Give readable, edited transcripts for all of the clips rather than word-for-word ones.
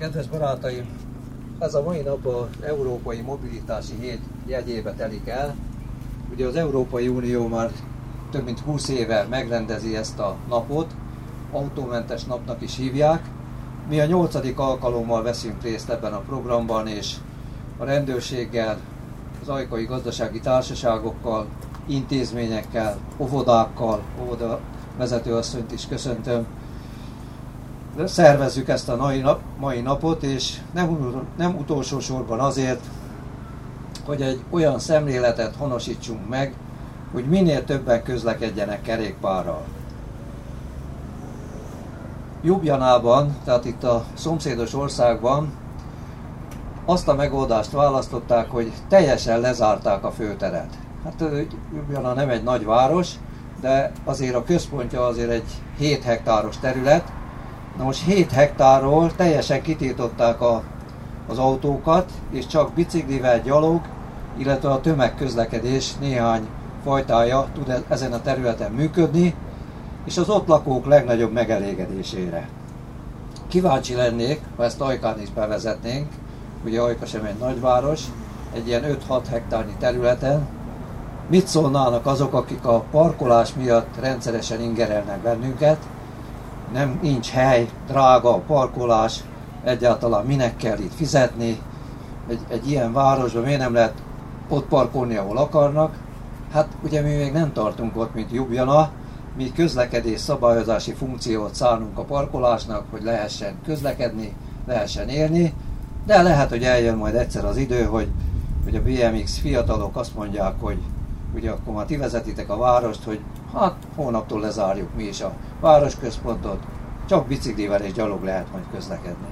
Kedves barátaim, ez a mai nap az Európai Mobilitási Hét jegyébe telik el. Ugye az Európai Unió már több mint 20 éve megrendezi ezt a napot, autómentes napnak is hívják. Mi a 8. alkalommal veszünk részt ebben a programban, és a rendőrséggel, az ajkai gazdasági társaságokkal, intézményekkel, óvodákkal, óvoda vezetőasszonyt is köszöntöm, szervezzük ezt a mai napot, és nem utolsó sorban azért, hogy egy olyan szemléletet honosítsunk meg, hogy minél többen közlekedjenek kerékpárral. Ljubljanában, tehát itt a szomszédos országban azt a megoldást választották, hogy teljesen lezárták a főteret. Hát Ljubljana nem egy nagy város, de azért a központja azért egy 7 hektáros terület. Na most 7 hektárról teljesen kitiltották az autókat, és csak biciklivel, gyalog, illetve a tömegközlekedés néhány fajtája tud ezen a területen működni, és az ott lakók legnagyobb megelégedésére. Kíváncsi lennék, ha ezt Ajkán is bevezetnénk, ugye Ajka sem egy nagyváros, egy ilyen 5-6 hektárnyi területen, mit szólnának azok, akik a parkolás miatt rendszeresen ingerelnek bennünket, nincs hely, drága a parkolás, egyáltalán minek kell itt fizetni, egy ilyen városban miért nem lehet ott parkolni, ahol akarnak. Hát ugye mi még nem tartunk ott, mint Ljubljana, mi közlekedés szabályozási funkciót szánunk a parkolásnak, hogy lehessen közlekedni, lehessen élni, de lehet, hogy eljön majd egyszer az idő, hogy a BMX fiatalok azt mondják, hogy ugye akkor már ti vezetitek a várost, hogy hát hónaptól lezárjuk mi is a városközpontot, csak biciklivel és gyalog lehet majd közlekedni.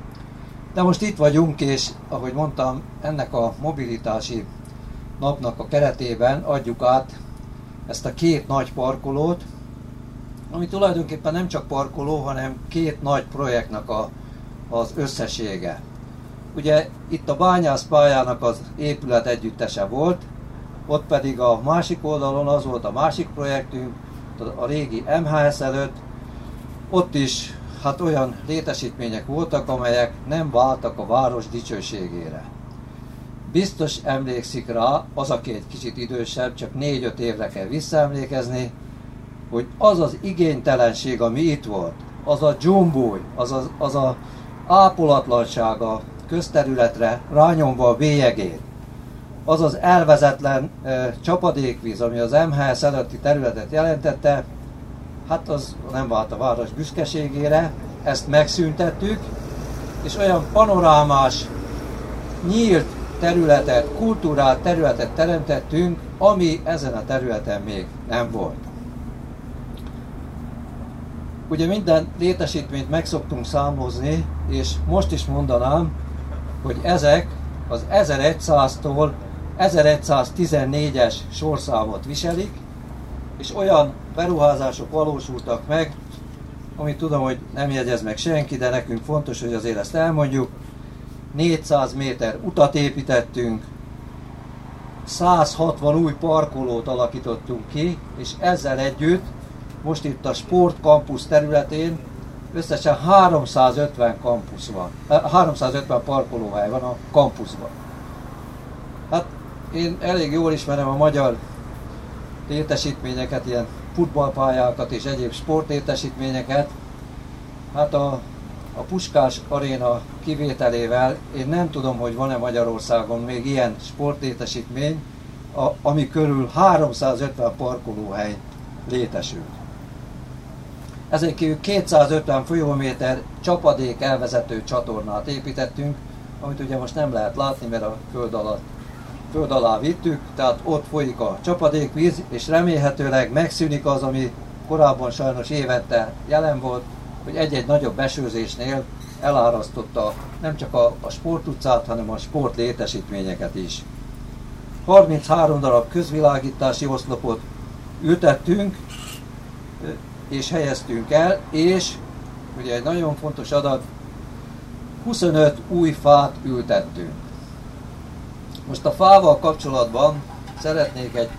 De most itt vagyunk, és ahogy mondtam, ennek a mobilitási napnak a keretében adjuk át ezt a 2 nagy parkolót, ami tulajdonképpen nem csak parkoló, hanem 2 nagy projektnek az összessége. Ugye itt a bányászpályának az épület együttese volt, ott pedig a másik oldalon az volt a másik projektünk, a régi MHS előtt, ott is hát olyan létesítmények voltak, amelyek nem váltak a város dicsőségére. Biztos emlékszik rá, az, aki egy kicsit idősebb, csak 4-5 évre kell visszaemlékezni, hogy az az igénytelenség, ami itt volt, az a dzsumbúj, az a ápolatlanság a közterületre rányomva a bélyegét, az az elvezetlen csapadékvíz, ami az MHS előtti területet jelentette, hát az nem vált a város büszkeségére, ezt megszüntettük, és olyan panorámás, nyílt területet, kultúrát területet teremtettünk, ami ezen a területen még nem volt. Ugye minden létesítményt meg szoktunk számozni, és most is mondanám, hogy ezek az 1100-tól 1114-es sorszámot viselik, és olyan beruházások valósultak meg, amit tudom, hogy nem jegyez meg senki, de nekünk fontos, hogy azért ezt elmondjuk. 400 méter utat építettünk, 160 új parkolót alakítottunk ki, és ezzel együtt most itt a sportkampusz területén összesen 350 kampusz van, 350 parkolóhely van a kampuszban. Hát én elég jól ismerem a magyar létesítményeket, ilyen futballpályákat és egyéb sportlétesítményeket. Hát a Puskás aréna kivételével én nem tudom, hogy van-e Magyarországon még ilyen sportlétesítmény, ami körül 350 parkolóhely létesül. Ezen kívül 250 folyóméter csapadék elvezető csatornát építettünk, amit ugye most nem lehet látni, mert a föld alá vittük, tehát ott folyik a csapadékvíz, és remélhetőleg megszűnik az, ami korábban sajnos évente jelen volt, hogy egy-egy nagyobb esőzésnél elárasztotta nem csak a sportutcát, hanem a sportlétesítményeket is. 33 darab közvilágítási oszlopot ültettünk, és helyeztünk el, és ugye egy nagyon fontos adat, 25 új fát ültettünk. Most a fával kapcsolatban szeretnék egy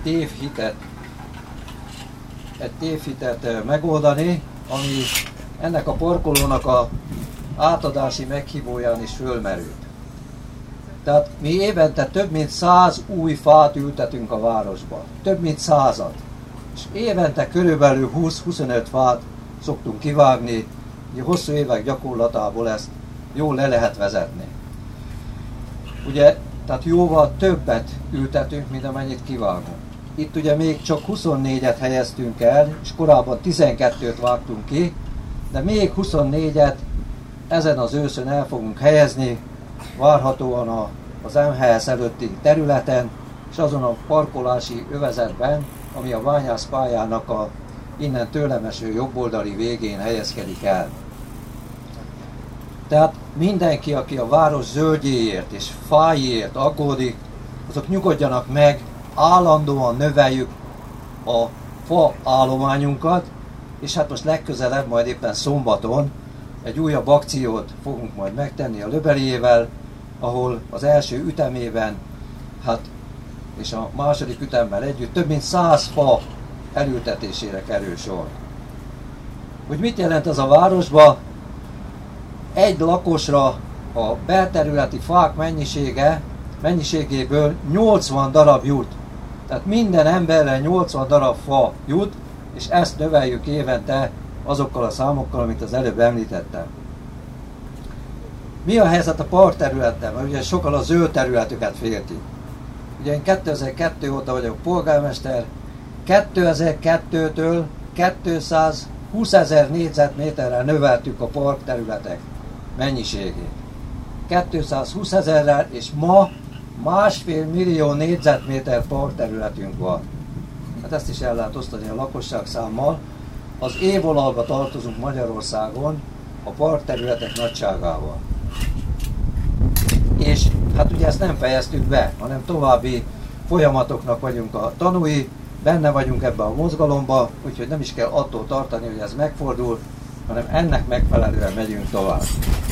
tévhitet megoldani, ami ennek a parkolónak átadási meghívóján is fölmerült. Tehát mi évente több mint 100 új fát ültetünk a városba. Több mint 100-at. És évente körülbelül 20-25 fát szoktunk kivágni, hosszú évek gyakorlatából ezt jól le lehet vezetni. Ugye, tehát jóval többet ültetünk, mint amennyit kivágunk. Itt ugye még csak 24-et helyeztünk el, és korábban 12-t vágtunk ki, de még 24-et ezen az őszön el fogunk helyezni, várhatóan az MHS előtti területen, és azon a parkolási övezetben, ami a bányászpályának a innen tőlem eső jobboldali végén helyezkedik el. Tehát mindenki, aki a város zöldjéért és fájéért aggódik, azok nyugodjanak meg, állandóan növeljük a fa állományunkat, és hát most legközelebb, majd éppen szombaton egy újabb akciót fogunk majd megtenni a Löbeliével, ahol az első ütemében, és a második ütemmel együtt több mint 100 fa elültetésére kerül sor. Hogy mit jelent ez a városba? Egy lakosra a belterületi fák mennyiségéből 80 darab jut. Tehát minden emberre 80 darab fa jut, és ezt növeljük évente azokkal a számokkal, amit az előbb említettem. Mi a helyzet a parkterületen? Mert ugye sokan a zöld területüket féltik. Ugye én 2002 óta vagyok polgármester, 2002-től 220 000 négyzetméterrel növeltük a parkterületek mennyiségét. 220 000-rel, és ma 1,5 millió négyzetméter parkterületünk van. Hát ezt is el lehet osztani a lakosságszámmal. Az évolalba tartozunk Magyarországon a parkterületek nagyságával. És hát ugye ezt nem fejeztük be, hanem további folyamatoknak vagyunk a tanúi, benne vagyunk ebbe a mozgalomba, úgyhogy nem is kell attól tartani, hogy ez megfordul, hanem ennek megfelelően megyünk tovább.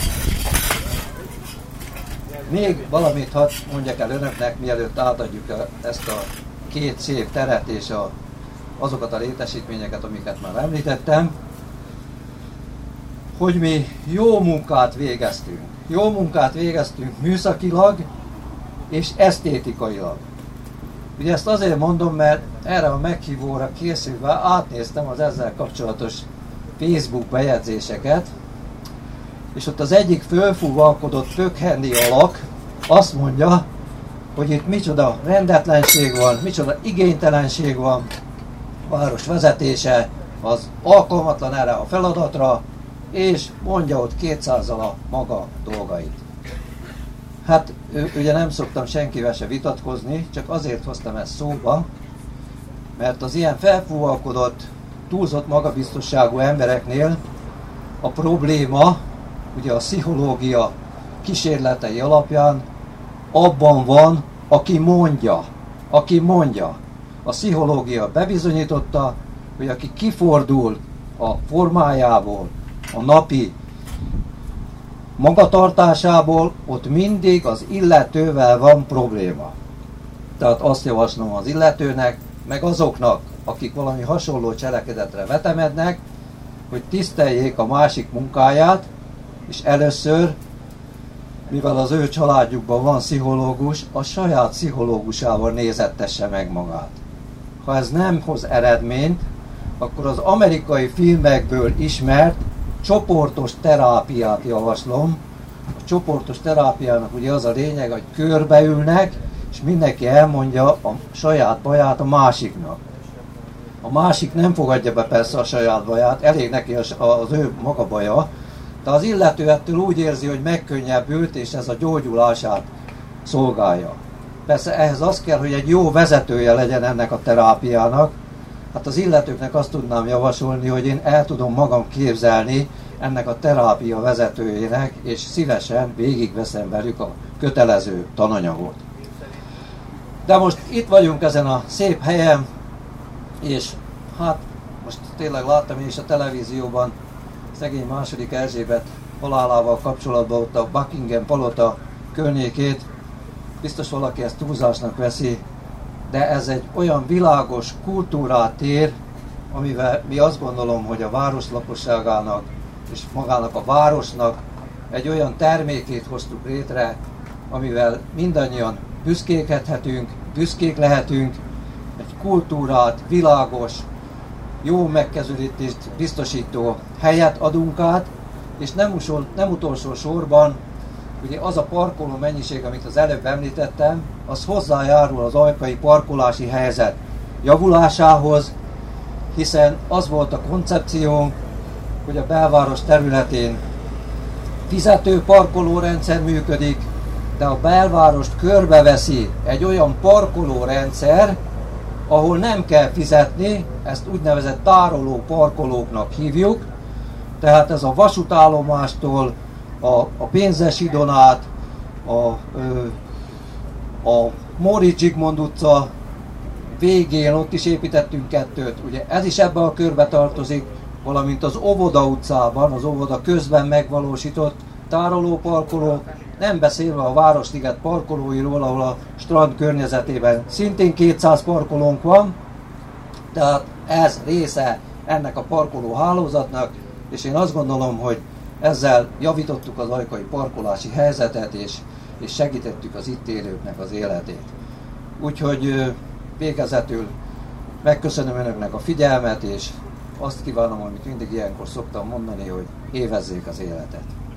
Még valamit hadd mondjak el önöknek, mielőtt átadjuk ezt a két szép teret és azokat a létesítményeket, amiket már említettem, hogy mi jó munkát végeztünk. Jó munkát végeztünk műszakilag és esztétikailag. Ugye ezt azért mondom, mert erre a meghívóra készülve átnéztem az ezzel kapcsolatos Facebook bejegyzéseket, és ott az egyik fölfúvalkodott pökhendi alak azt mondja, hogy itt micsoda rendetlenség van, micsoda igénytelenség van, a város vezetése az alkalmatlan erre a feladatra, és mondja ott 200-al a maga dolgait. Hát ugye nem szoktam senkivel se vitatkozni, csak azért hoztam ezt szóba, mert az ilyen felfúvalkodott, túlzott magabiztosságú embereknél a probléma, ugye a pszichológia kísérletei alapján abban van, aki mondja. A pszichológia bebizonyította, hogy aki kifordul a formájából, a napi magatartásából, ott mindig az illetővel van probléma. Tehát azt javaslom az illetőnek, meg azoknak, akik valami hasonló cselekedetre vetemednek, hogy tiszteljék a másik munkáját, és először, mivel az ő családjukban van pszichológus, a saját pszichológusával nézettesse meg magát. Ha ez nem hoz eredményt, akkor az amerikai filmekből ismert csoportos terápiát javaslom. A csoportos terápiának ugye az a lényeg, hogy körbeülnek, és mindenki elmondja a saját baját a másiknak. A másik nem fogadja be persze a saját baját, elég neki az ő maga baja, de az illető ettől úgy érzi, hogy megkönnyebbült, és ez a gyógyulását szolgálja. Persze ehhez az kell, hogy egy jó vezetője legyen ennek a terápiának. Hát az illetőknek azt tudnám javasolni, hogy én el tudom magam képzelni ennek a terápia vezetőjének, és szívesen végigveszem velük a kötelező tananyagot. De most itt vagyunk ezen a szép helyen, és hát most tényleg láttam én is a televízióban szegény második Erzsébet halálával kapcsolatban ott a Buckingham palota környékét. Biztos valaki ezt túlzásnak veszi, de ez egy olyan világos kultúrát ér, amivel mi azt gondolom, hogy a város lakosságának és magának a városnak egy olyan termékét hoztuk létre, amivel mindannyian büszkélkedhetünk, büszkék lehetünk, egy kultúrát, világos, jó megközelítést biztosító helyet adunk át, és nem utolsó sorban, ugye az a parkoló mennyiség, amit az előbb említettem, az hozzájárul az ajkai parkolási helyzet javulásához, hiszen az volt a koncepciónk, hogy a belváros területén fizető parkolórendszer működik, de a belvárost körbeveszi egy olyan parkolórendszer, ahol nem kell fizetni, ezt úgynevezett tároló parkolóknak hívjuk, tehát ez a vasútállomástól a Pénzes-hídon át, a Móricz Zsigmond utca végén, ott is építettünk kettőt, ugye ez is ebbe a körbe tartozik, valamint az Óvoda utcában, az óvoda közben megvalósított tárolóparkolók, nem beszélve a Városliget parkolóiról, ahol a strand környezetében szintén 200 parkolónk van, tehát ez része ennek a parkoló hálózatnak, és én azt gondolom, hogy ezzel javítottuk az ajkai parkolási helyzetet, és segítettük az itt élőknek az életét. Úgyhogy végezetül megköszönöm önöknek a figyelmet, és azt kívánom, amit mindig ilyenkor szoktam mondani, hogy évezzék az életet.